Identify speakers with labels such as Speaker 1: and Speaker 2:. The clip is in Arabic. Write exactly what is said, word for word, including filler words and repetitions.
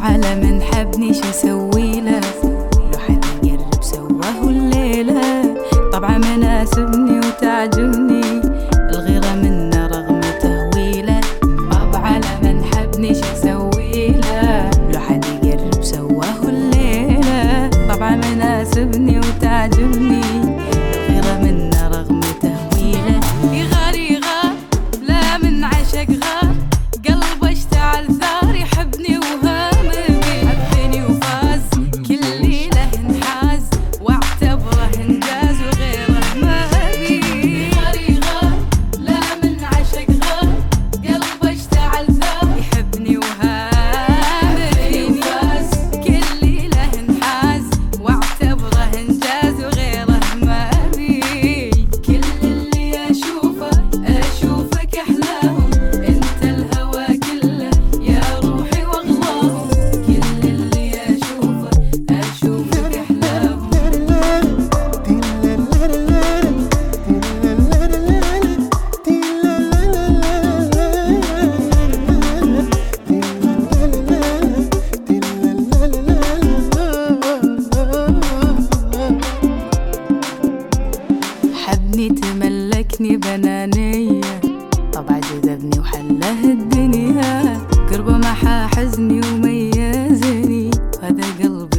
Speaker 1: على من حبني شو اسوي له، لو حد يقرب سواه الليله. طبعا مناسبني وتعجبني الغيره منه رغم تهويله. طبعا على من حبني شو اسوي له، لو حد يقرب سواه الليله. طبعا مناسبني وتعجبني الغيره منه رغم تهويله. يغار يغار لا من عشق غار، قلبه اشتعل ثار يحبني وهام بي. حبني وفاز كل ليله انحاز، واعتبره انجاز وغيره ما ابي. يغار يغار لا من عشق غار، قلبه اشتعل ثار يحبني وهام بي. وفاز كل ليله انحاز، واعتبره انجاز وغيره ما ابي. كل اللي اشوفه اشوفك احلاهم، انت الهوى كله يا روحي واغلاهم. كل اللي اشوفه اشوفك احلاهم. حبني تملكني بنانية، طبع جذبني وحله الدنيا. قربه محا حزني وميزني، هذا قلبي